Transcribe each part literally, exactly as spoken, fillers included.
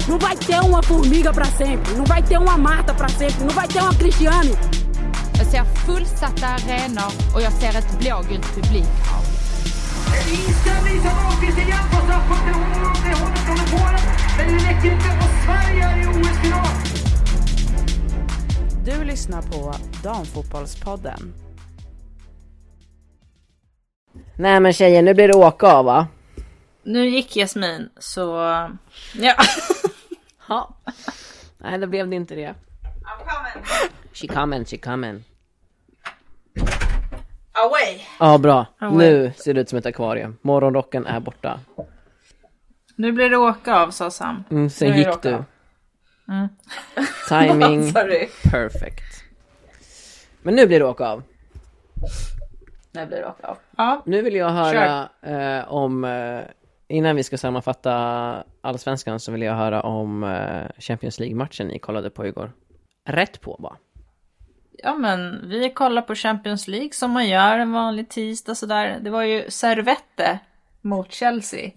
Não vai ter uma Formiga pra sempre. Não vai ter uma Marta pra sempre. Não vai ter uma Cristiane. Jag ser fullsatta arenor och jag ser ett blågult publikhav. Inställning som Ahlqvist igen på straffpunkten. Hon är uppe, hon är från Polen. Men det räcker inte och Sverige är i O S-final. Du lyssnar på Damfotbollspodden. Nej men tjejer, nu blir det åka av, va? Nu gick Jasmin, så... Ja. Ja. Nej, det blev det inte det. I'm coming. She coming, she coming. Away. Ja, bra. Away. Nu ser det ut som ett akvarium. Morgonrocken är borta. Nu blir det åka av, sa Sam. Mm, sen Nu gick är det du. åka. Mm. Timing. Sorry. Perfect. Men nu blir det åka av. Nu blir det åka av. Ja. Nu vill jag höra eh, om... Eh, innan vi ska sammanfatta Allsvenskan så vill jag höra om eh, Champions League-matchen ni kollade på igår. Rätt på, va? Ja, men vi kollar på Champions League som man gör en vanlig tisdag sådär. Det var ju Servette mot Chelsea.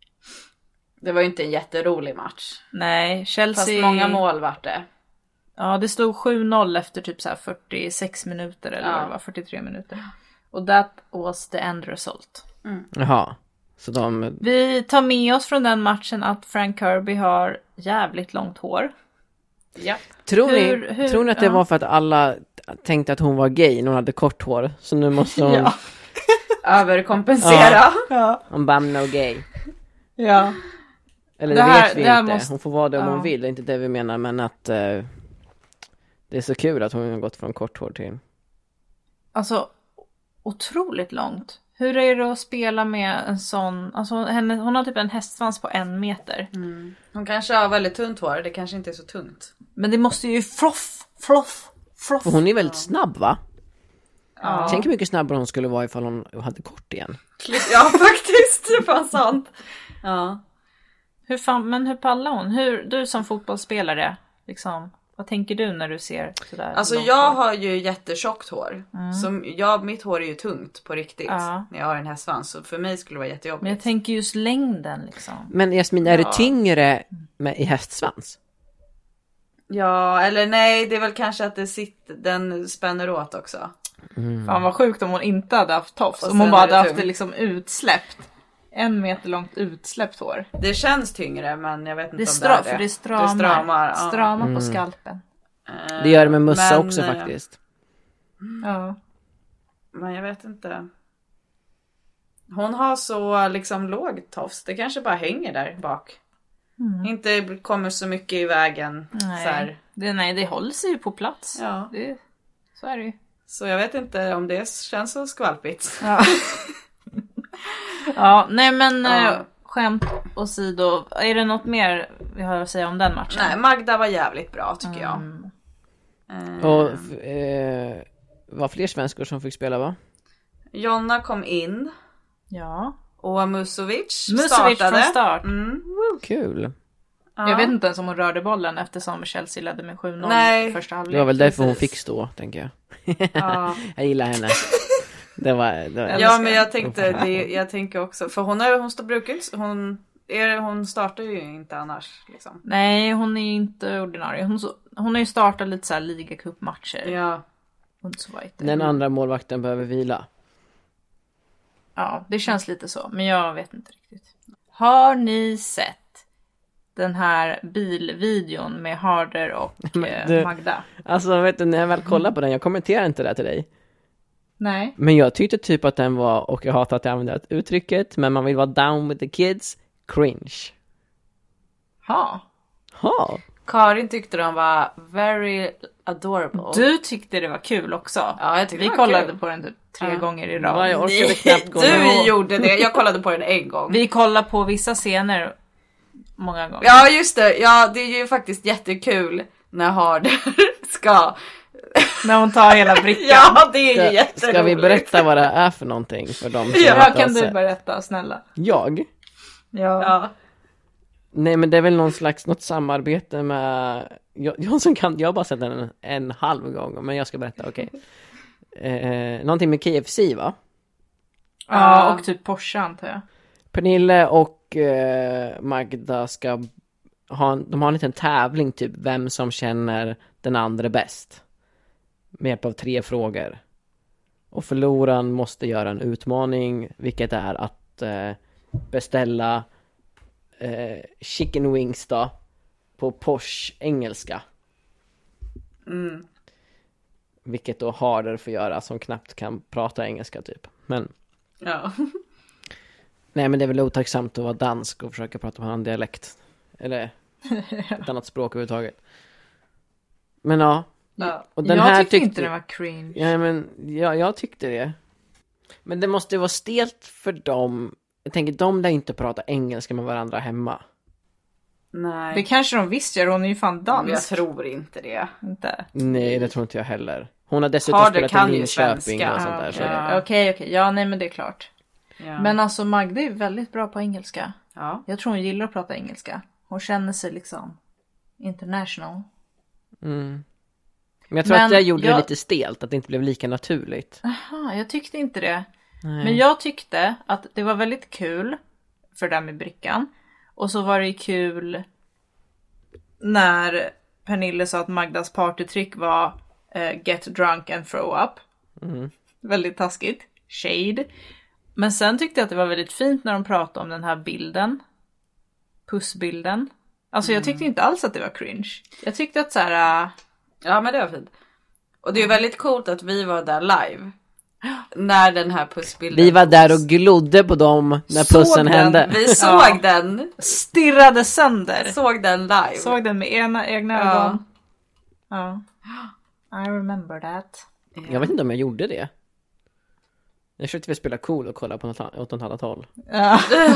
Det var ju inte en jätterolig match. Nej, Chelsea... Fast många mål vart det. Ja, det stod sju noll efter typ så här fyrtiosex minuter eller Ja. vad det var, fyrtiotre minuter. Och that was the end result. Mm. Jaha. Så de... Vi tar med oss från den matchen att Frank Kirby har jävligt långt hår. Ja. Tror, Hur- ni, hur- tror ni att det ja. var för att alla tänkte att hon var gay när hon hade kort hår? Så nu måste hon... Ja. Överkompensera. Ja. Hon bam no gay. Ja. Eller Det det, här- vet vi det här inte. måste- Hon får vara det om Ja. hon vill. Det är inte det vi menar. Men att eh, det är så kul att hon har gått från kort hår till... Alltså, otroligt långt. Hur är det att spela med en sån... Alltså, henne, hon har typ en hästsvans på en meter. Mm. Hon kanske har väldigt tunt hår. Det kanske inte är så tungt. Men det måste ju floff, floff, floff. För hon är väldigt snabb, va? Ja. Tänk hur mycket snabbare hon skulle vara ifall hon hade kort igen. Ja, faktiskt. Det var sant. Ja. Hur fan, men hur pallar hon? Hur, du som fotbollsspelare, liksom, vad tänker du när du ser sådär? Alltså långt jag hår? har ju jättetjockt hår. Mm. Så jag, mitt hår är ju tungt på riktigt. Ja. När jag har en hästsvans. Så för mig skulle det vara jättejobbigt. Men jag tänker just längden liksom. Men Jasmin, är Ja. det tyngre med, i hästsvans? Ja, eller nej. Det är väl kanske att det sitter, den spänner åt också. Mm. Fan vad sjukt om hon inte hade haft tofs. Och Om hon sen bara är det hade haft tungt. det liksom utsläppt. En meter långt utsläppt hår. Det känns tyngre, men jag vet inte Det, är om stra- det är för det. det stramar. Det stramar, ja. Stramar Mm. på skalpen. Eh, Det gör det med mössa men, också eh, faktiskt. Ja. Men jag vet inte. Hon har så liksom låg tofs. Det kanske bara hänger där bak. Mm. Inte kommer så mycket i vägen. Nej. Så, här. Det, nej, det håller sig ju på plats. Ja. Det, så är det ju. Så jag vet inte om det känns så skvalpigt. Ja, ja nej men Ja. eh, skämt åsido. Är det något mer vi har att säga om den matchen? Nej, Magda var jävligt bra tycker jag. Mm. Eh, Och eh, var fler svenskor som fick spela, va? Jonna kom in. Ja. Och Musovic, Musovic startade. från start. Mm. Kul. Ja. Jag vet inte ens om hon rörde bollen eftersom Chelsea ledde med sju noll Nej. i första halvlek. Det var väl därför hon Precis. fick stå, tänker jag. Ja. Jag gillar henne. Det var... Det var Ja, men jag tänkte det, jag tänker också för hon är hon står brukar inte- hon är hon startar ju inte annars liksom. Nej, hon är inte ordinarie. Hon, så, hon har ju startat lite så här ligacupmatcher. Ja. Och så var det. Den andra målvakten behöver vila. Ja, det känns lite så. Men jag vet inte riktigt. Har ni sett den här bilvideon med Harder och Men eh, du- Magda? Alltså, vet du, när jag väl kollar på den, jag kommenterar inte det till dig. Nej. Men jag tyckte typ att den var, och jag hatar att jag använder det uttrycket, men man vill vara down with the kids, cringe. Ha. Ha. Karin tyckte de var very adorable. Du tyckte det var kul också. Ja, jag tyckte Vi det var kollade kul. på den typ tre Ja. gånger i Va, rad. jag orkade Nej, knappt gå du med. gjorde det. Jag kollade på den en gång. Vi kollar på vissa scener många gånger. Ja, just det. Ja, det är ju faktiskt jättekul när Harder ska... När hon tar hela brickan. Ja, det är ju Ska, jätteroligt. ska vi berätta vad det är för någonting för dem som Ja, inte har kan du sett? berätta, snälla? Jag? Ja. Ja. Nej, men det är väl någon slags, något samarbete med... Jag, jag, som kan, jag har bara sett den en, en halv gång, men jag ska berätta, okej. Eh, någonting med K F C, va? Ja, och typ Porsche antar jag. Pernille och eh, Magda ska ha en, de har en liten tävling typ vem som känner den andra bäst. Med hjälp av tre frågor. Och förloraren måste göra en utmaning, vilket är att eh, beställa eh, chicken wings då på Porsche engelska. Mm. Vilket då Harder får göra som knappt kan prata engelska typ. Men Ja. nej, men det är väl otacksamt att vara dansk och försöka prata med en annan dialekt. Eller ett annat språk överhuvudtaget. Men ja. Ja. Och den jag här tyckte tyckte inte den var cringe. Ja, men ja, jag tyckte det. Men det måste ju vara stelt för dem. Jag tänker, de där inte prata engelska med varandra hemma. Nej. Det kanske de visst gör, hon är ju fan Men dansk. jag tror inte det. Inte. Nej, det tror inte jag heller. Hon har dessutom Harder spelat kan i ju Linköping svenska. och sånt där. Så Ja. det, Okej, okej. Ja, nej men det är klart. Ja. Men alltså Magda är ju väldigt bra på engelska. ja. Jag tror hon gillar att prata engelska. Hon känner sig liksom international. mm. Men jag tror Men att det gjorde jag- det lite stelt. Att det inte blev lika naturligt. Aha, jag tyckte inte det. Nej. Men jag tyckte att det var väldigt kul för det där med brickan. Och så var det kul när Pernille sa att Magdas partytrick var eh, get drunk and throw up. Mm. Väldigt taskigt. Shade. Men sen tyckte jag att det var väldigt fint när de pratade om den här bilden. Pussbilden. Alltså jag tyckte inte alls att det var cringe. Jag tyckte att så här... äh, Ja, men det var fint. Och det är ju väldigt coolt att vi var där live. När den här pussbilden Vi var där togs. och glodde på dem när Såg pussen den. hände. Vi såg Ja. den. stirrade sönder. Såg den live. Såg den med ena egna Ja. ögon. Ja. I remember that. Jag vet inte om jag gjorde det. Jag försökte väl spela cool och kolla på något, an- åt något annat håll. Ja.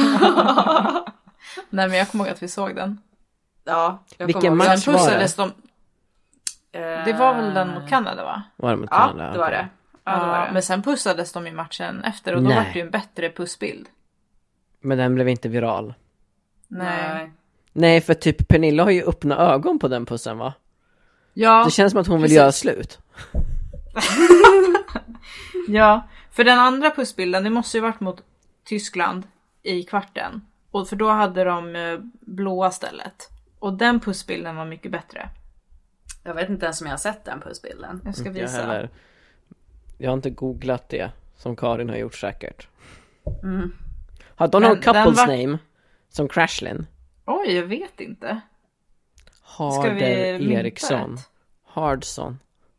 Nej men jag kommer ihåg att vi såg den. Ja, jag Vilken kommer ihåg. match Sen var det? pussades de. Eh, Det var väl den mot Kanada va? Var det mot Ja, Kanada? det var Okej. det. Ja, det var Ja, det. men sen pussades de i matchen efter och då Nej. var det ju en bättre pussbild. Men den blev inte viral. Nej. Nej. Nej, för typ Pernilla har ju öppna ögon på den pussen, va? Ja, Det känns som att hon vill precis. göra slut. ja, för den andra pussbilden, det måste ju varit mot Tyskland i kvarten. Och för då hade de eh, blåa stället. Och den pussbilden var mycket bättre. Jag vet inte ens om jag har sett den pussbilden. Jag ska Inte jag visa. heller. Jag har inte googlat det, som Karin har gjort säkert. Mm. Har de Men någon couples den var- name? Som Crashlin? Oj, jag vet inte. Ska Harder vi mynta Eriksson. ett? Hardson.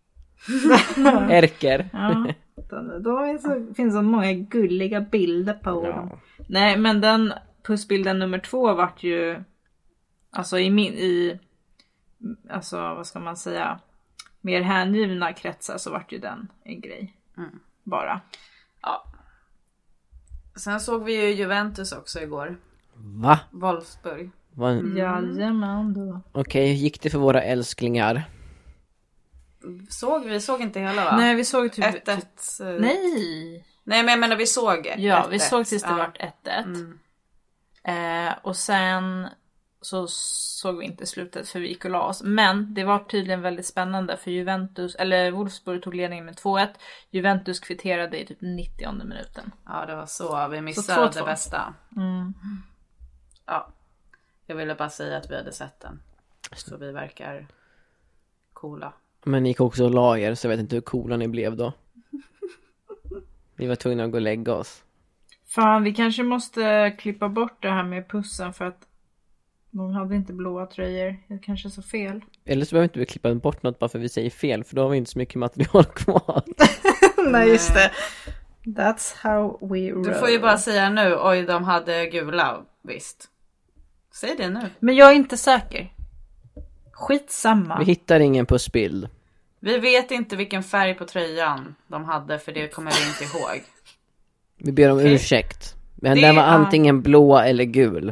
Erker. Ja, då är så, finns det många gulliga bilder på dem. Ja. Nej, men den pussbilden nummer två vart ju alltså i min i alltså vad ska man säga mer hängivna kretsar så vart ju den en grej. Mm. Bara. Ja. Sen såg vi ju Juventus också igår. Va? Wolfsburg. Vad- Mm. Jajamän då. Okej, hur gick det för våra älsklingar? Såg vi såg inte hela va? Nej, vi såg typ ett ett. eh, Nej. Nej, men jag menar vi såg Ja, ett vi ett. såg tills det Ja. vart ett ett. Mm. Eh, och sen så såg vi inte slutet för vi gick och la oss. Men det var tydligen väldigt spännande för Juventus, eller Wolfsburg tog ledningen med två ett. Juventus kvitterade i typ nittionde minuten. Ja, det var så. Vi missade två det två. bästa. Mm. Ja. Jag ville bara säga att vi hade sett den. Så vi verkar coola. Men ni gick också och la er, så jag vet inte hur coola ni blev då. Vi var tvungna att gå och lägga oss. Fan, vi kanske måste klippa bort det här med pussen för att de hade inte blåa tröjor. Det kanske är så fel. Eller så behöver inte vi klippa bort något bara för vi säger fel, för då har vi inte så mycket material kvar. Nej, just det. That's how we roll. Du får ju bara säga nu, oj de hade gula, visst. Säg det nu. Men jag är inte säker. Skitsamma. Vi hittar ingen pussbild. Vi vet inte vilken färg på tröjan de hade, för det kommer vi inte ihåg. Vi ber om Okej. ursäkt. Men Det- den var ja. antingen blå eller gul.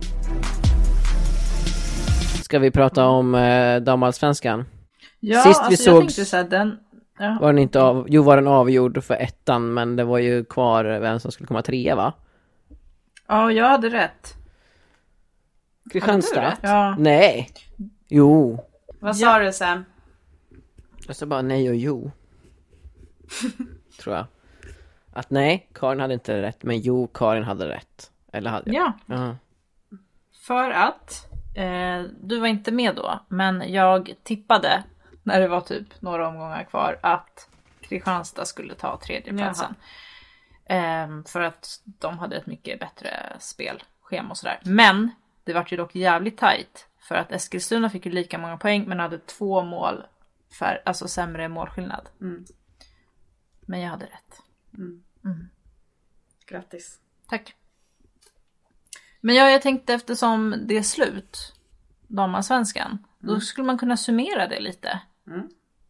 Ska vi prata om eh, damallsvenskan? Ja, Sist vi alltså jag sågs- tänkte så här, den... Ja. Var den inte av... Jo, var den avgjord för ettan, men det var ju kvar vem som skulle komma trea, va? ja, jag hade rätt. Kristianstad? rätt? Ja. Nej. Jo. Vad sa du sen? Jag sa bara nej och jo. Tror jag. Att nej, Karin hade inte rätt, men jo, Karin hade rätt. Eller hade jag? Ja, Ja. för att eh, du var inte med då, men jag tippade när det var typ några omgångar kvar att Kristianstad skulle ta tredjeplatsen. Eh, för att de hade ett mycket bättre spelschema och sådär. Men det var ju dock jävligt tajt. För att Eskilstuna fick ju lika många poäng men hade två mål, för, alltså sämre målskillnad. Mm. Men jag hade rätt. Mm. Mm. Grattis. Tack. Men ja, jag tänkte eftersom det är slut, damallsvenskan, mm. då skulle man kunna summera det lite. Mm.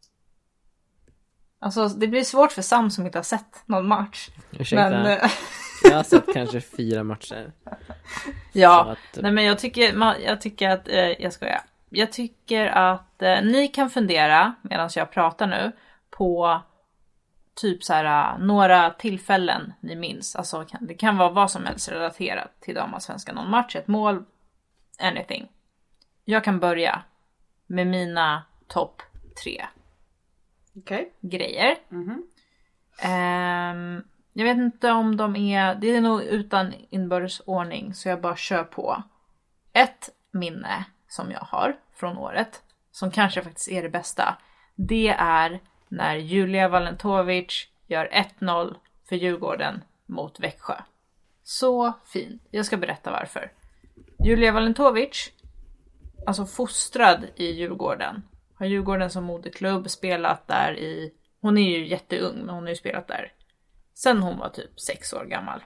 Alltså det blir svårt för Sam som inte har sett någon match. Ursäkta. Men jag har sett kanske fyra matcher. ja, att... nej men jag tycker, jag tycker att, eh, jag skojar. Jag tycker att eh, ni kan fundera medan jag pratar nu på typ så här några tillfällen ni minns. Alltså det kan vara vad som helst relaterat till damallsvenskan. Någon match, ett mål, anything. Jag kan börja med mina topp tre okay. grejer. Mm-hmm. Um, jag vet inte om de är, det är nog utan inbördes ordning, så jag bara kör på. Ett minne som jag har från året, som kanske faktiskt är det bästa, det är när Julia Valentovic gör ett noll för Djurgården mot Växjö. Så fint. Jag ska berätta varför. Julia Valentovic, alltså fostrad i Djurgården, har Djurgården som moderklubb, spelat där i, hon är ju jätteung men hon har ju spelat där sen hon var typ sex år gammal.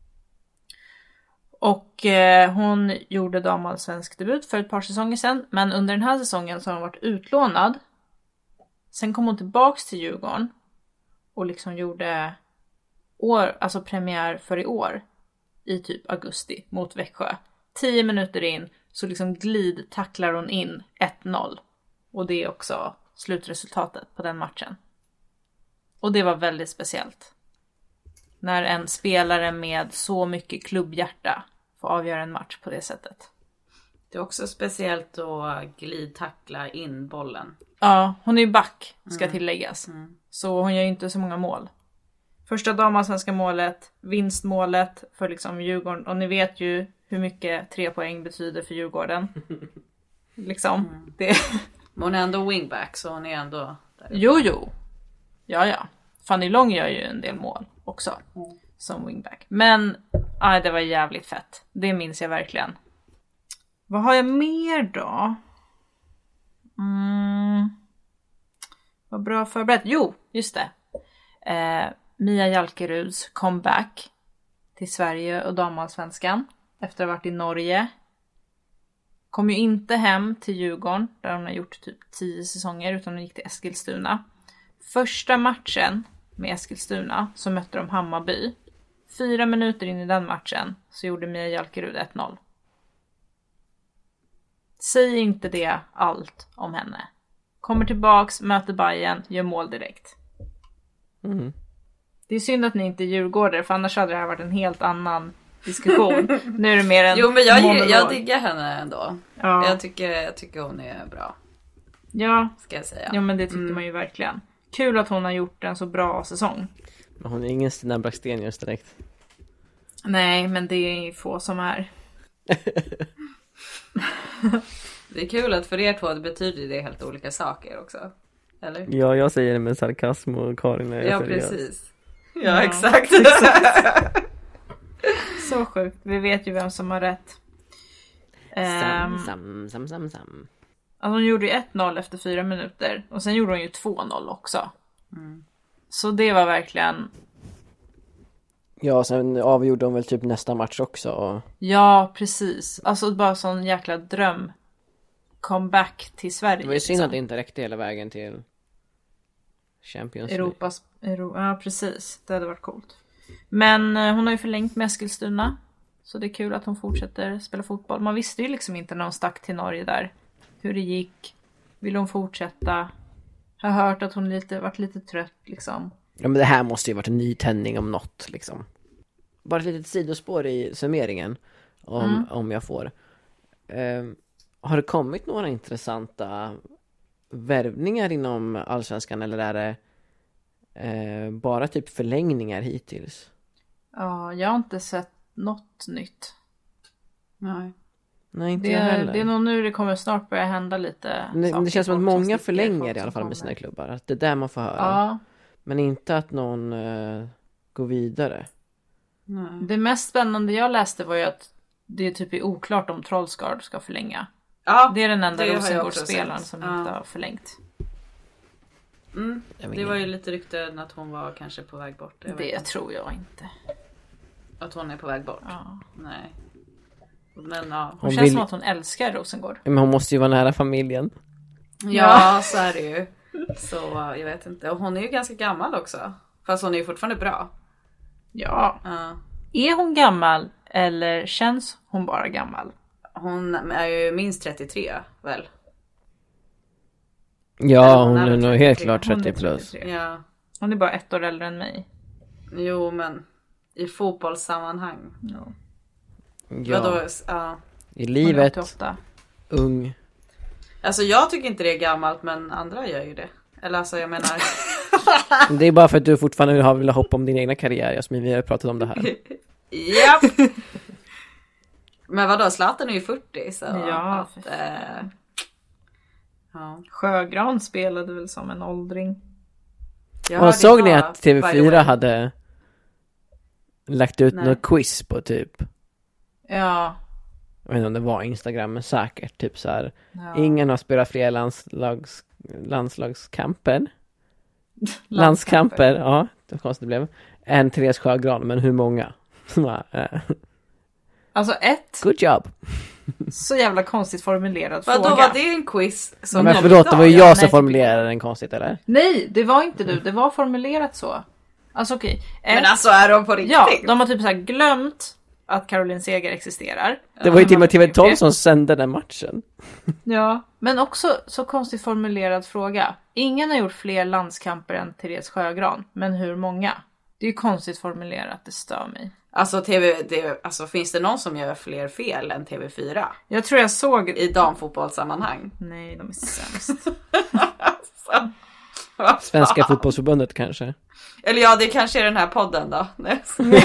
Och eh, hon gjorde damallsvensk debut för ett par säsonger sedan, men under den här säsongen så har hon varit utlånad. Sen kom hon tillbaks till Djurgården och liksom gjorde år, alltså premiär för i år i typ augusti mot Växjö. Tio minuter in så liksom glid tacklar hon in ett noll. Och det är också slutresultatet på den matchen. Och det var väldigt speciellt. När en spelare med så mycket klubbhjärta får avgöra en match på det sättet. Det är också speciellt att glidtackla in bollen. Ja, hon är ju back, ska mm. tilläggas. Mm. Så hon gör ju inte så många mål. Första damallsvenska målet, vinstmålet för liksom Djurgården. Och ni vet ju hur mycket tre poäng betyder för Djurgården. liksom. Mm. Det. Men hon är ändå wingback, så hon är ändå där. Jo, jo. Ja, ja. Fanny Long gör ju en del mål också. Mm. Som wingback. Men, aj, det var jävligt fett. Det minns jag verkligen. Vad har jag mer då? Mm. Vad bra förberett. Jo, just det. Eh, Mia Jalkeruds comeback till Sverige och damallsvenskan efter att ha varit i Norge. Kom ju inte hem till Djurgården där hon har gjort typ tio säsonger, utan hon gick till Eskilstuna. Första matchen med Eskilstuna så mötte de Hammarby. Fyra minuter in i den matchen så gjorde Mia Jalkerud ett noll. Säg inte det allt om henne. Kommer tillbaks, möter Bayern, gör mål direkt. Mm. Det är synd att ni inte är djurgårdare, för annars hade det här varit en helt annan diskussion. Nu är det mer en Jo, men jag, monolog. jag diggar henne ändå. Ja. Jag, tycker, jag tycker hon är bra. Ja, ska jag säga. Ja, men det tycker mm. man ju verkligen. Kul att hon har gjort en så bra säsong. Men hon är ingen Stina Braxtenius direkt. Nej, men det är få som är. Det är kul att för er två det betyder det helt olika saker också. Eller? Ja, jag säger det med sarkasm och Karin är Ja, seriös. precis. Ja, Ja, exakt. Så sjukt. Vi vet ju vem som har rätt. Sam, Um, sam, sam, sam, sam. alltså hon gjorde ju ett noll efter fyra minuter. Och sen gjorde hon ju två noll också. Mm. Så det var verkligen... Ja, sen avgjorde hon väl typ nästa match också. Ja, precis. Alltså bara sån jäkla dröm. Comeback till Sverige. Det var ju synd liksom. att det inte räckte hela vägen till Champions League. Europas... Euro, ja, precis. Det hade varit coolt. Men eh, hon har ju förlängt med Eskilstuna. Så det är kul att hon fortsätter spela fotboll. Man visste ju liksom inte när hon stack till Norge där hur det gick. Vill hon fortsätta? Jag har hört att hon lite, varit lite trött liksom. Ja, men det här måste ju varit en nytändning om något liksom. Bara ett litet sidospår i summeringen. Om, Mm. om jag får. Eh, har det kommit några intressanta värvningar inom Allsvenskan? Eller är det eh, bara typ förlängningar hittills? Ja, jag har inte sett något nytt. Nej. Nej, inte Det jag är, heller. det är nog nu det kommer snart börja hända lite. Det, saker. det känns som att Folk många sticker, förlänger folk i alla som fall med kommer. sina klubbar. Att det är där man får höra. Ja. Men inte att någon uh, går vidare. Nej. Det mest spännande jag läste var ju att det är typ oklart om Trollsgard ska förlänga. Ja, Det är den enda det har jag också Rosengårdsspelaren sett. som Ja. inte har förlängt. Mm. Jag vet Det inte. var ju lite rykten att hon var kanske på väg bort. Jag vet Det inte. tror jag inte. Att hon är på väg bort. Ja. Nej. Men ja. Hon, Hon känns vill- som att hon älskar Rosengård. Men hon måste ju vara nära familjen. Ja, så är det ju. Så jag vet inte. Och hon är ju ganska gammal också. Fast hon är ju fortfarande bra. Ja. Ja. Är hon gammal eller känns hon bara gammal? Hon är ju minst trettiotre väl? Ja, hon Eller är hon är nog väl helt trettiotre. klart Hon är trettio plus. trettiotre. Ja. Hon är bara ett år äldre än mig. Jo, men i fotbollssammanhang. Ja. Ja, Vadå? Ja. i livet, åttioåtta. ung. Alltså jag tycker inte det är gammalt, men andra gör ju det. Eller alltså jag menar... Det är bara för att du fortfarande vill ha, vill ha hopp om din egna karriär, Jasmin. Vi har pratat om det här. Japp! Men vadå, Zlatan är ju fyrtio så Ja, att, för eh, ja. Sjögran spelade väl som en åldring. Jag hörde Och såg ni idag, att T V by the fyra way. hade lagt ut Nej. något quiz på typ, Ja. jag vet inte om det var Instagram, men säkert typ så här. ja. Ingen har spelat fler landslags, landslagskamper. Landskamper, ja, det var konstigt det blev. En Therese Sjögran, men hur många? eh, Alltså ett Good job. så jävla konstigt formulerad Vadå, fråga. var det en quiz? Som Men kom förlåt, det idag? var ju Ja, jag som nej, formulerade den konstigt, eller? Nej, det var inte du. Det var formulerat så. Alltså okej. Men Ett- alltså är de på riktigt? Ja, de har typ så här glömt att Caroline Seger existerar. Det var ju till och med de har T V tolv gjort som sände den matchen. Ja, men också så konstigt formulerad fråga. Ingen har gjort fler landskamper än Therese Sjögran, men hur många? Det är ju konstigt formulerat, det stör mig. Alltså, T V, det, alltså finns det någon som gör fler fel än T V fyra? Jag tror jag såg... I damfotbollssammanhang? Nej, de är sämst. Alltså, vad fan? Svenska fotbollsförbundet kanske. Eller ja, det kanske är den här podden då. Nej.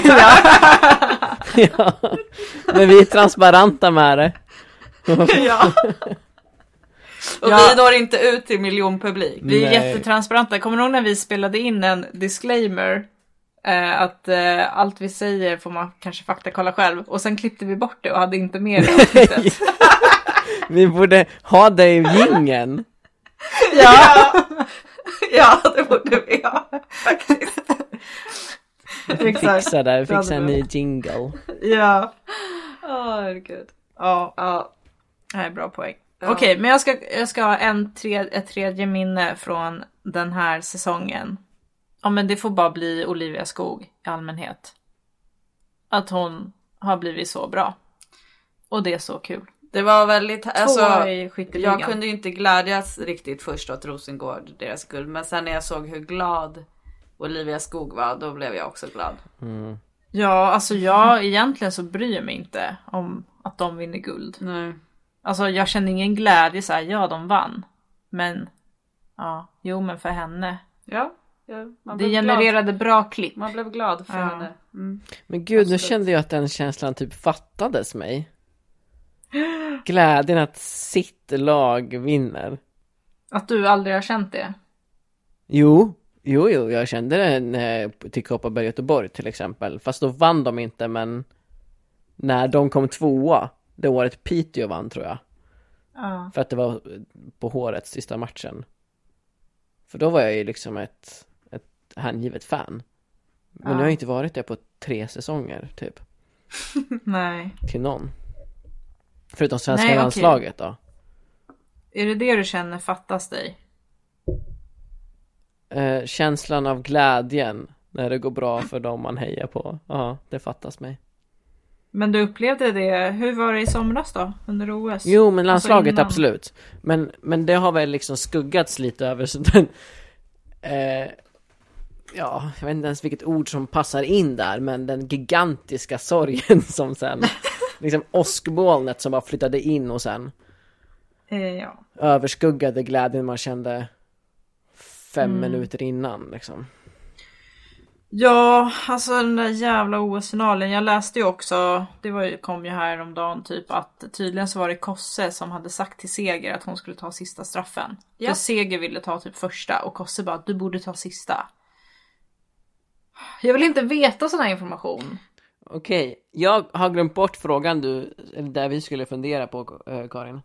Ja, men vi är transparenta med det. Ja. Och Ja. vi når inte ut till miljonpublik. Vi är Nej. jättetransparenta. Kommer du ihåg när vi spelade in en disclaimer? Eh, att eh, allt vi säger får man kanske faktakolla själv. Och sen klippte vi bort det och hade inte med det i avsnittet. Vi borde ha det i jingeln. Ja. Ja, det borde vi ha. Faktiskt. Exakt. Fixa det, Det hade fixa en vi. ny jingle. Ja. Åh, herregud. Ja. Ja. Nej, bra poäng. Ja. Okej, men jag ska, jag ska ha en tre, ett tredje minne från den här säsongen. Ja, men det får bara bli Olivia Skog i allmänhet. Att hon har blivit så bra. Och det är så kul. Det var väldigt... Alltså, Tvåa i skytteligan. jag kunde ju inte glädjas riktigt först åt Rosengård, deras guld. Men sen när jag såg hur glad Olivia Skog var, då blev jag också glad. Mm. Ja, alltså jag egentligen så bryr jag mig inte om att de vinner guld. Nej. Alltså jag känner ingen glädje så här, ja de vann. Men, ja, jo men för henne. Ja. ja man Det blev genererade bra klipp. glad. Man blev glad för Ja. henne. Mm. Men gud, nu Absolut. kände jag att den känslan typ fattades mig. Glädjen att sitt lag vinner. Att du aldrig har känt det. Jo, jo, jo, jag kände det när, till Kopparberg Göteborg till exempel. Fast då vann de inte, men när de kom tvåa, det året Piteå vann tror jag. Ja. För att det var på hårets sista matchen. För då var jag ju liksom ett, ett hängivet fan. Men Ja. jag har inte varit där på tre säsonger typ. Nej. Till någon. Förutom svenska Nej, okej. landslaget då. Är det det du känner fattas dig? Eh, känslan av glädjen när det går bra för dem man hejar på. Ja, det fattas mig. Men du upplevde det, hur var det i somras då? Under O S? Jo, men landslaget Alltså innan. absolut. Men, men det har väl liksom skuggats lite över så den, eh, ja, jag vet inte ens vilket ord som passar in där, men den gigantiska sorgen som sen, liksom åskmolnet som bara flyttade in och sen Eh, ja. överskuggade glädjen man kände fem Mm. minuter innan liksom. Ja, alltså den där jävla O S-finalen. Jag läste ju också, det var ju, kom ju här om dagen typ, att tydligen så var det Kosse som hade sagt till Seger att hon skulle ta sista straffen. Ja. För Seger ville ta typ första och Kosse bara, du borde ta sista. Jag vill inte veta sån här information. Okej, jag har glömt bort frågan du, eller där vi skulle fundera på, äh, Karin.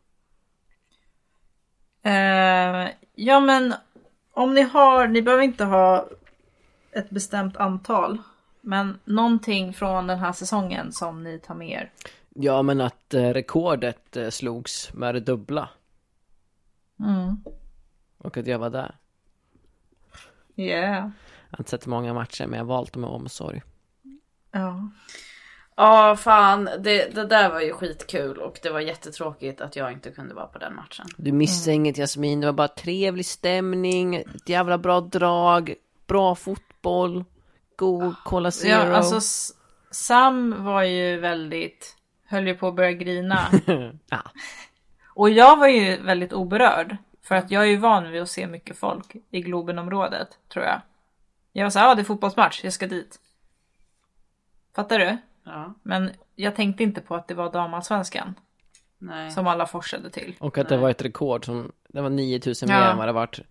Uh, ja men om ni har, ni behöver inte ha ett bestämt antal, men någonting från den här säsongen som ni tar med er. Ja, men att eh, rekordet eh, slogs med det dubbla. Mm. Och att jag var där. Yeah. Jag har inte sett många matcher, men jag har valt dem med omsorg. Ja. Ja, fan. Det, det där var ju skitkul. Och det var jättetråkigt att jag inte kunde vara på den matchen. Du missade mm. inget, Jasmin. Det var bara trevlig stämning, ett jävla bra drag, bra fotboll, god Cola Zero. Ja, alltså Sam var ju väldigt, höll ju på att börja grina. Ja. Och jag var ju väldigt oberörd. För att jag är ju van vid att se mycket folk i Globenområdet, tror jag. Jag var så här, ja det är fotbollsmatch, jag ska dit. Fattar du? Ja. Men jag tänkte inte på att det var damallsvenskan. Nej. Som alla forsade till. Och att Nej. det var ett rekord som, det var nio tusen Ja. mer än vad det varit.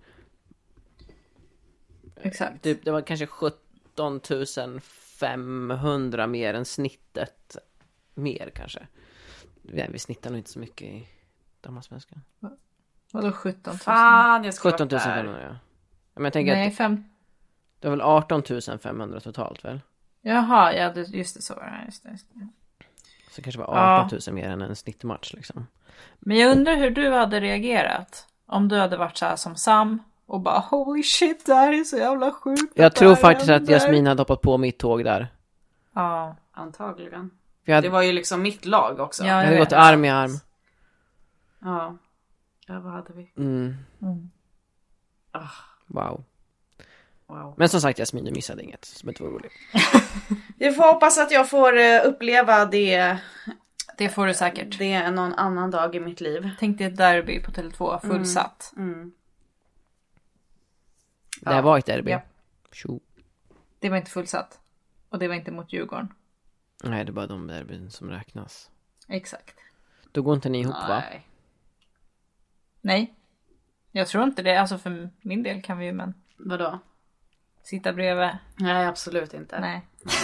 Exakt. Typ, det var kanske sjutton tusen femhundra mer än snittet. Mer kanske. Vi, vi snittar nog inte så mycket i damallsvenskan. Vadå sjutton tusen? Fan, jag ska sjutton tusen femhundra, ja. Men jag tänker Nej, att fem... det var väl arton tusen femhundra totalt, väl? Jaha, ja, det, just det så var det. Just det, just det. Så kanske var arton tusen mer än en snittmatch liksom. Men jag undrar hur du hade reagerat. Om du hade varit så här som Sam och bara, holy shit, det här är så jävla sjukt. Jag tror faktiskt händer. att Jasmin hade hoppat på mitt tåg där. Ja. Antagligen. För jag hade, Det var ju liksom mitt lag också. Ja, jag jag hade vet. gått arm i arm. Ja. Ja, vad hade vi? Mm. Mm. Ah, Wow. wow. Men som sagt, Jasmin, du missade inget som inte var roligt. Jag får hoppas att jag får eh, uppleva det, Det får du säkert. det någon annan dag i mitt liv. Tänk dig ett derby på Tele två fullsatt. Mm. Det här var ett derby. Ja. Tjo. Det var inte fullsatt. Och det var inte mot Djurgården. Nej, det är bara de derbyn som räknas. Exakt. Då går inte ni ihop, va? Nej. Nej. Jag tror inte det. Alltså för min del kan vi ju, men Vadå? sitta bredvid. Nej, absolut inte. Nej.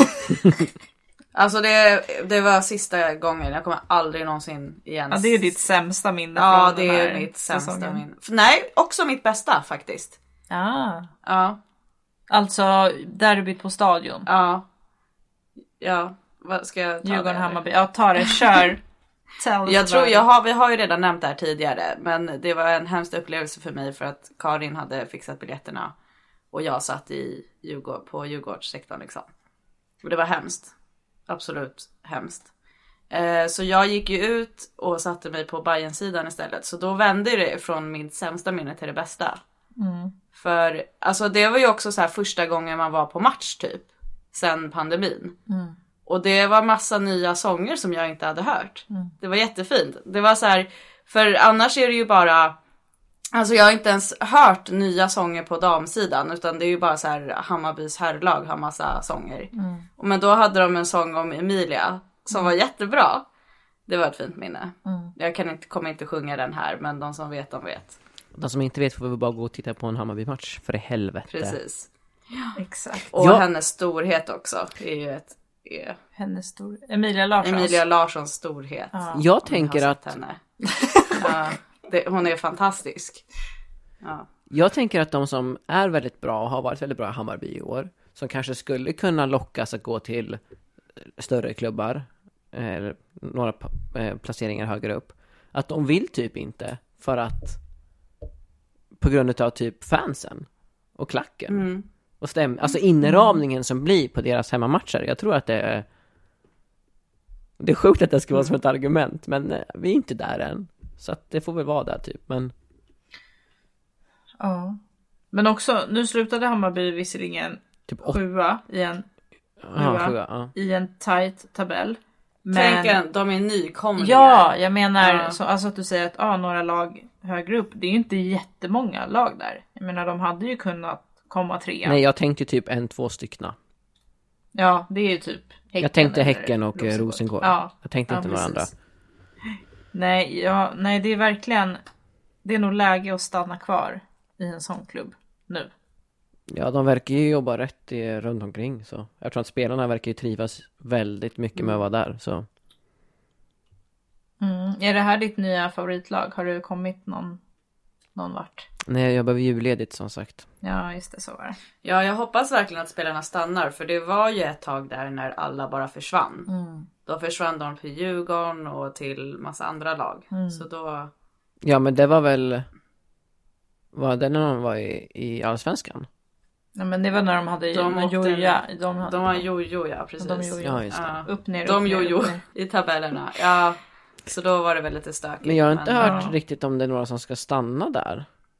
Alltså det, det var sista gången. Jag kommer aldrig någonsin igen. Ja, det är ditt sämsta minne. Ja, från det den är här mitt sämsta säsongen. minne. Nej, också mitt bästa faktiskt. Ah. Ja, Alltså derbyt på stadion. ja. Ja, vad ska jag ta Djurgården, det, Hammarby. Ja, ta det. Kör. Tell Jag us tror about jag it. har, vi har ju redan nämnt det här tidigare. Men det var en hemsk upplevelse för mig. För att Karin hade fixat biljetterna. Och jag satt i Djurgård, på Djurgårdssektorn liksom. Och det var hemskt. Absolut hemskt. Eh, så jag gick ju ut och satte mig på Bayern-sidan istället. Så då vände det från min sämsta minne till det bästa. Mm. För alltså det var ju också så här första gången man var på match typ. Sen pandemin. Mm. Och det var massa nya sånger som jag inte hade hört. Mm. Det var jättefint. Det var så här, för annars är det ju bara, alltså jag har inte ens hört nya sånger på damsidan. Utan det är ju bara så här, Hammarbys herrlag har massa sånger. Mm. Men då hade de en sång om Emilia som var jättebra. Det var ett fint minne. Mm. Jag kan inte, kommer inte sjunga den här, men de som vet, de vet. De som inte vet får vi bara gå och titta på en Hammarby-match. För i helvete. Precis. Exakt. Och Ja. hennes storhet också är ju ett... Är Hennes stor... Emilia Larsson. Emilia Larssons storhet. Ja. Jag Om ni tänker har att sett henne. Ja, det, hon är fantastisk. Ja. Jag tänker att de som är väldigt bra och har varit väldigt bra i Hammarby i år, som kanske skulle kunna lockas att gå till större klubbar eller några eh, placeringar högre upp, att de vill typ inte för att på grund av typ fansen och klacken Mm. och stäm alltså inramningen som blir på deras hemmamatcher. Jag tror att det är det är sjukt att det ska vara som ett argument, men eh, vi är inte där än, så att det får väl vara där typ, men Ja. Men också, nu slutade Hammarby visserligen typ åtta, sjua i en, ja, sjua, ja. i en tight tabell. Men... Tänk en, de är nykomlingar. Ja, jag menar Ja. så, alltså att du säger att ah, några lag högre upp. Det är ju inte jättemånga lag där. Jag menar, de hade ju kunnat komma trea. Nej, jag tänkte typ en, två styckna. Ja, det är ju typ Häcken. Jag tänkte eller Häcken och Rosengård. Rosengård. Ja. Jag tänkte Ja, inte några andra. Nej, ja, nej, det är verkligen... Det är nog läge att stanna kvar i en sån klubb nu. Ja, de verkar ju jobba rätt i, runt omkring. Så. Jag tror att spelarna verkar ju trivas väldigt mycket med att vara där. Så. Mm. Är det här ditt nya favoritlag? Har du kommit någon, någon vart? Nej, jag jobbar julledigt som sagt. Ja, just det, så var det. Ja, jag hoppas verkligen att spelarna stannar. För det var ju ett tag där när alla bara försvann. Mm. Då försvann de till Djurgården och till massa andra lag. Mm. Så då... Ja, men det var väl... Var det när de var i, i Allsvenskan? Nej, men det var när de hade De åkte- joja. De, hade, De var jojo, ja precis. De jojo. Ja, just det. Ja. upp, ner, De upp, ner, jojo upp, ner. i tabellerna. Ja, så då var det väl lite stökigt. Men jag har inte hört ja. riktigt om det är några som ska stanna där.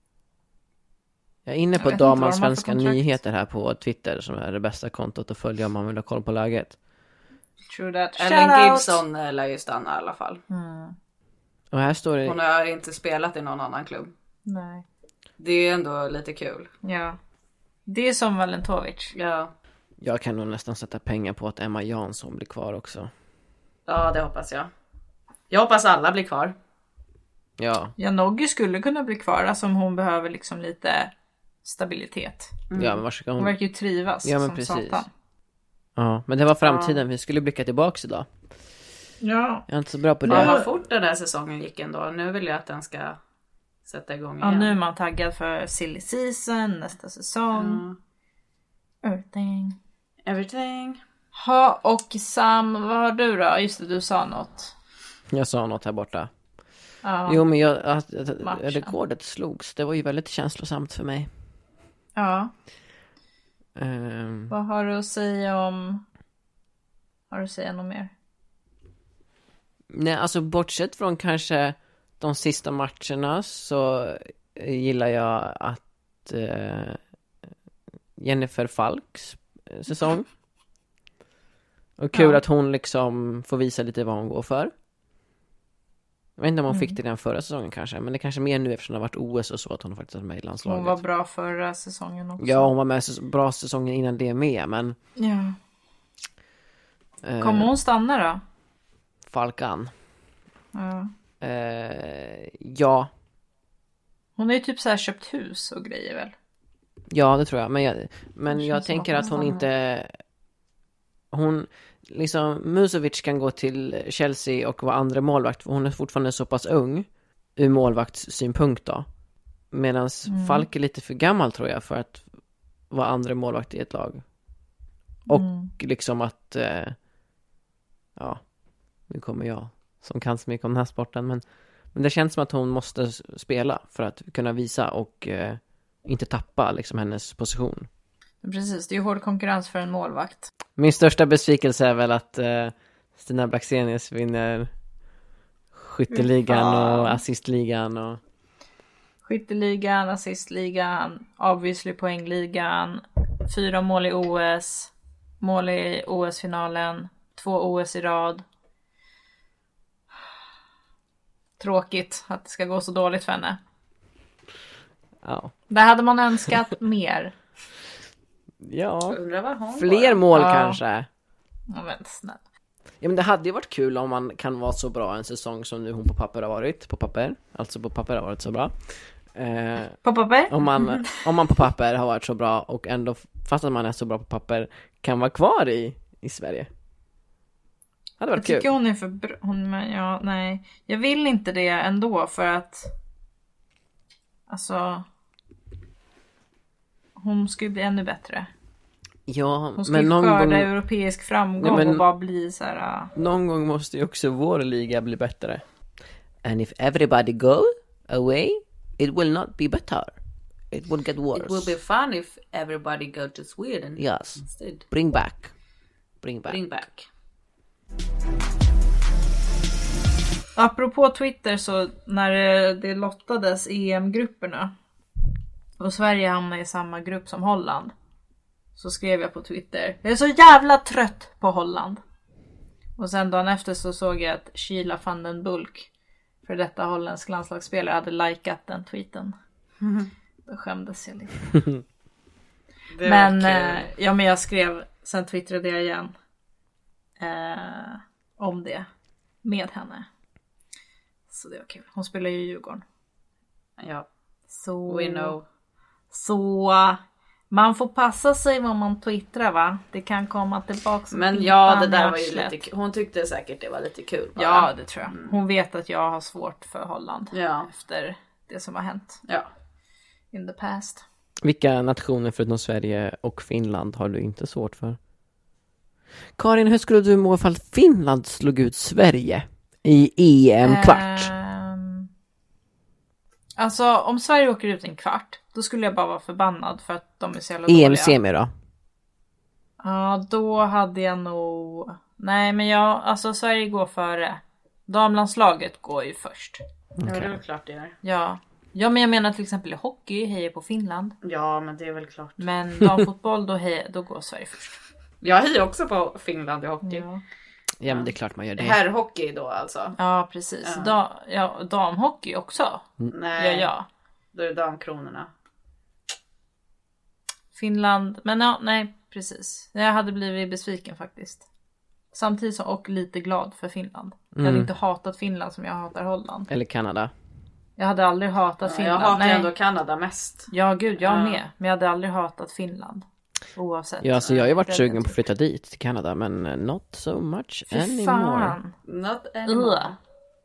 Jag är inne Jag på vet inte vad de har Damans för svenska kontrakt. nyheter här på Twitter som är det bästa kontot att följa om man vill ha koll på läget. True that. Ellen Shout out! Gibson eh, lär ju stanna i alla fall. Mm. Och här står det... Hon har inte spelat i någon annan klubb. Nej. Det är ändå lite kul. Ja. Det är som Valentovic. Ja, Jag kan nog nästan sätta pengar på att Emma Jansson blir kvar också. ja det hoppas jag. Jag hoppas alla blir kvar. Ja, Ja, Noggy skulle kunna bli kvar. Alltså om hon behöver liksom lite stabilitet. ja men var ska Hon hon... verkar ju trivas Ja, men som precis. satan. Ja, men det var framtiden. Vi skulle blicka tillbaks idag. Ja. Jag är inte så bra på Ja, det. vad fort den här säsongen gick ändå. Nu vill jag att den ska sätta igång Ja, igen. nu är man taggad för silly season, nästa säsong. Mm. Everything. Everything. Ha, och Sam, vad har du då? Just det, du sa något. Jag sa något här borta. Ja. Jo, men jag, att, att, Matchen. rekordet slogs. Det var ju väldigt känslosamt för mig. Ja. Ehm, Vad har du att säga om... Har du att säga något mer? nej, alltså bortsett från kanske de sista matcherna så gillar jag att eh, Jennifer Falks säsong. Och kul Ja. att hon liksom får visa lite vad hon går för. Jag vet inte om hon Mm. fick det den förra säsongen kanske. Men det är kanske mer nu eftersom det har varit O S och så att hon faktiskt har varit med i landslaget. Hon var bra förra säsongen också. Ja, hon var med så bra säsongen innan det med. Men Ja. eh, Kommer hon stanna då? Falkan. Ja. Eh, ja, Hon har ju typ så här köpt hus och grejer väl? ja det tror jag. Men jag, men Det jag känns som tänker att att hon hon stannar. inte... Hon, liksom, Musovic kan gå till Chelsea och vara andra målvakt. För hon är fortfarande så pass ung. Ur målvaktssynpunkt då. Medan Mm. Falk är lite för gammal tror jag för att vara andra målvakt i ett lag. Och Mm. liksom att... Eh, ja, nu kommer jag som kan så mycket om den här sporten. Men, men det känns som att hon måste s- spela för att kunna visa och eh, inte tappa liksom hennes position. Precis, det är ju hård konkurrens för en målvakt. Min största besvikelse är väl att eh, Stina Blackstenius vinner skytteligan Fan. och assistligan och... Skytteligan, assistligan, obviously poängligan, fyra mål i O S, mål i O S-finalen, två O S i rad. Tråkigt att det ska gå så dåligt för henne. Ja. Där hade man önskat mer. Ja. Undrar vad hon Fler var. mål Ja. kanske. Ja, men snälla. Ja, men det hade ju varit kul om man kan vara så bra en säsong som nu hon på papper har varit. På papper. Alltså på papper har varit så bra. Eh, På papper? om, man, om man på papper har varit så bra och ändå, fast att man är så bra på papper, kan vara kvar i, i Sverige. Hade Jag varit kul. tycker hon är för bra. Hon, men ja, nej. Jag vill inte det ändå för att... Alltså... Hon ska ju bli ännu bättre. Ja, Hon ska men ju någon skörda gång, europeisk framgång Nej, men- och bara bli så här... ah. någon gång måste ju också vår liga bli bättre. And if everybody go away, it will not be better. It will get worse. It will be fun if everybody go to Sweden Yes. instead. Bring back. Bring back. Bring back. Apropå Twitter så när det, det lottades E M-grupperna och Sverige hamnade i samma grupp som Holland, så skrev jag på Twitter: jag är så jävla trött på Holland. Och sen dagen efter så såg jag att Sheila van den Bulk, för detta holländsk landslagsspelare, hade likat den tweeten. Då skämdes jag lite. Det Men, var eh, kul. ja, men jag skrev sen twittrade jag igen eh, om det med henne. Så det var kul. Hon spelar ju i Djurgården. Ja, Så, we know. så man får passa sig vad man twittrar, va? Det kan komma tillbaka. Men ja, det där var ju lite kul. Hon tyckte säkert det var lite kul bara. Ja, det tror jag. Hon vet att jag har svårt för Holland. Ja. Efter det som har hänt. Ja. In the past. Vilka nationer förutom Sverige och Finland har du inte svårt för? Karin, hur skulle du må ifall Finland slog ut Sverige i E M-kvart? Um, alltså, om Sverige åker ut en kvart, då skulle jag bara vara förbannad för att de är så jävla E dåliga. M-semi då? Ja, då hade jag nog... Nej, men jag... Alltså, Sverige går före. Damlandslaget går ju först. Ja, det är väl klart det är. Ja. Ja, men jag menar till exempel i hockey hejar på Finland. Ja, men det är väl klart. Men damfotboll, då, hejar, då går Sverige först. Jag hejar också på Finland i hockey. Ja, Ja, men det är klart man gör det. Herrhockey då alltså? ja precis. Ja. Da, ja, damhockey också. Nej, Ja, ja. då är det damkronorna. Finland, men ja, nej, precis. Jag hade blivit besviken faktiskt. Samtidigt som, och lite glad för Finland. Jag hade Mm. inte hatat Finland som jag hatar Holland. Eller Kanada. Jag hade aldrig hatat Ja, Finland. jag hatar nej. ändå Kanada mest. Ja, gud, jag Ja. med. Men jag hade aldrig hatat Finland. Oavsett. Ja, alltså jag har ju varit Det- sugen på att flytta dit till Kanada, men uh, not so much Fy anymore. fan. Not anymore. Ugh.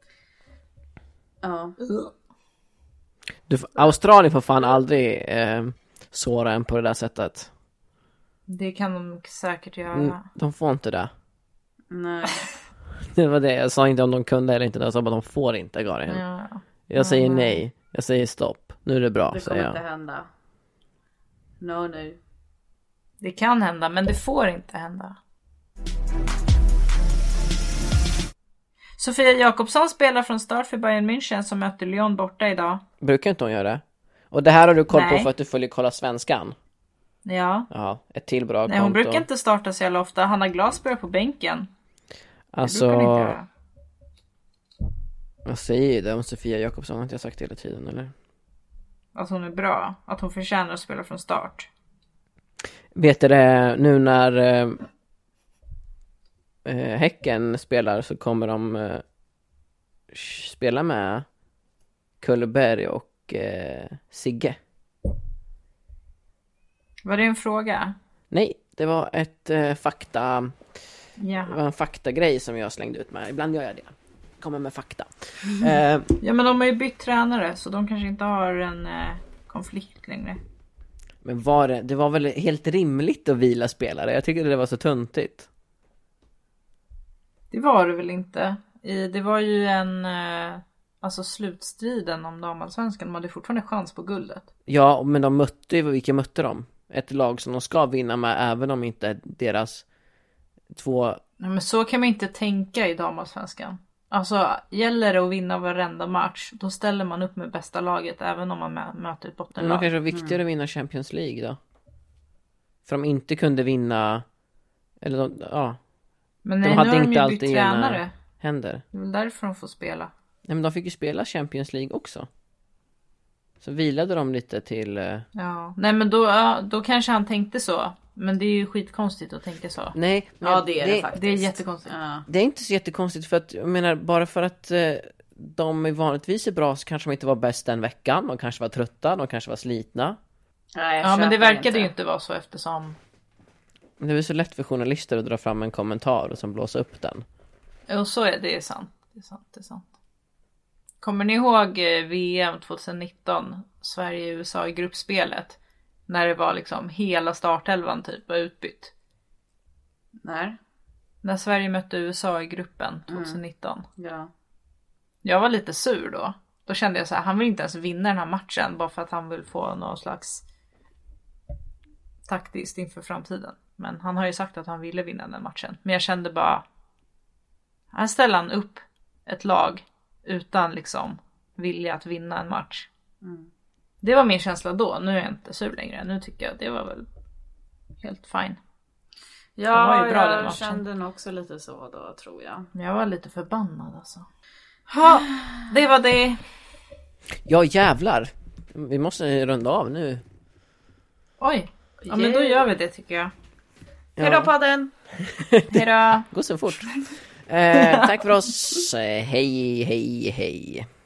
Ja. Du, får- Australien får fan aldrig eh, såra en på det där sättet. Det kan de säkert göra. Mm, de får inte det. Nej. Det var det, jag sa inte om de kunde eller inte, jag sa bara de får inte, Karin. Ja. Jag säger Mm. nej, jag säger stopp. Nu är det bra, Det säger kommer jag. inte hända. No, no. Det kan hända, men det får inte hända. Sofia Jakobsson spelar från start för Bayern München som möter Lyon borta idag. Brukar inte hon göra det? Och det här har du koll på Nej. för att du följer Kolla Svenskan. Ja. Ja, ett till bra Nej, konto. hon brukar inte starta så jävla ofta. Hanna Glas börjar på bänken. Det Alltså, brukar hon inte göra. jag säger ju det om Sofia Jakobsson, har inte jag sagt hela tiden, eller? Att hon är bra. Att hon förtjänar att spela från start. Vet du det, nu när eh, eh, Häcken spelar så kommer de eh, spela med Kullberg och eh, Sigge. Var det en fråga? Nej, det var ett eh, fakta Ja. det var en faktagrej som jag slängde ut med. Ibland gör jag det. Kommer med fakta. Eh, Ja, men de har ju bytt tränare så de kanske inte har en eh, konflikt längre. men var det, det var väl helt rimligt att vila spelare? Jag tycker det var så tuntigt. Det var det väl inte. I, det var ju en... Eh, alltså slutstriden om damallsvenskan. De hade fortfarande chans på guldet. Ja, men de mötte ju, vilka mötte de? Ett lag som de ska vinna med, även om inte deras två... Nej, men så kan man inte tänka i damallsvenskan. Alltså, gäller det att vinna varenda match, då ställer man upp med bästa laget även om man mö- möter ett Men bottenlag. det kanske var viktigare att vinna Champions League då. För de inte kunde vinna... Eller de, ja, Men de nej, hade nu har de inte ju alltid bytt ena- tränare. händer. Det är väl därför de får spela. Nej, men de fick ju spela Champions League också. Så vilade de lite till... eh, Ja, nej men då, ja, då kanske han tänkte så. Men det är ju skitkonstigt att tänka så. Nej, men Ja, det är det, faktiskt. Det är jättekonstigt. Ja. Det är inte så jättekonstigt för att, jag menar, bara för att eh, de vanligtvis är bra så kanske de inte var bäst den veckan. De kanske var trötta, de kanske var slitna. Nej, jag Ja, men det köper verkade ju inte vara så eftersom... Men det är väl så lätt för journalister att dra fram en kommentar och sen blåsa upp den. Och så är det, är sant. Det är sant, det är sant. Kommer ni ihåg eh, V M tjugonitton? Sverige och U S A i gruppspelet. När det var liksom hela startelvan typ var utbytt. Nej. När Sverige mötte U S A i gruppen tjugonitton. Ja. Jag var lite sur då. Då kände jag så här, han vill inte ens vinna den här matchen bara för att han vill få någon slags taktiskt inför framtiden. Men han har ju sagt att han ville vinna den matchen. Men jag kände bara, här ställer han upp ett lag utan liksom vilja att vinna en match. Mm. Det var min känsla då. Nu är jag inte sur längre. Nu tycker jag att det var väl helt fine. Det var Ja, ju bra den jag matchen. kände nog också lite så då, tror jag. Men jag var lite förbannad alltså. Ja, det var det. Ja, jävlar. Vi måste runda av nu. Oj. Ja, men då gör vi det tycker jag. Hej då podden! Hej då! Gå så fort. Eh, tack för oss. Eh, hej, hej, hej.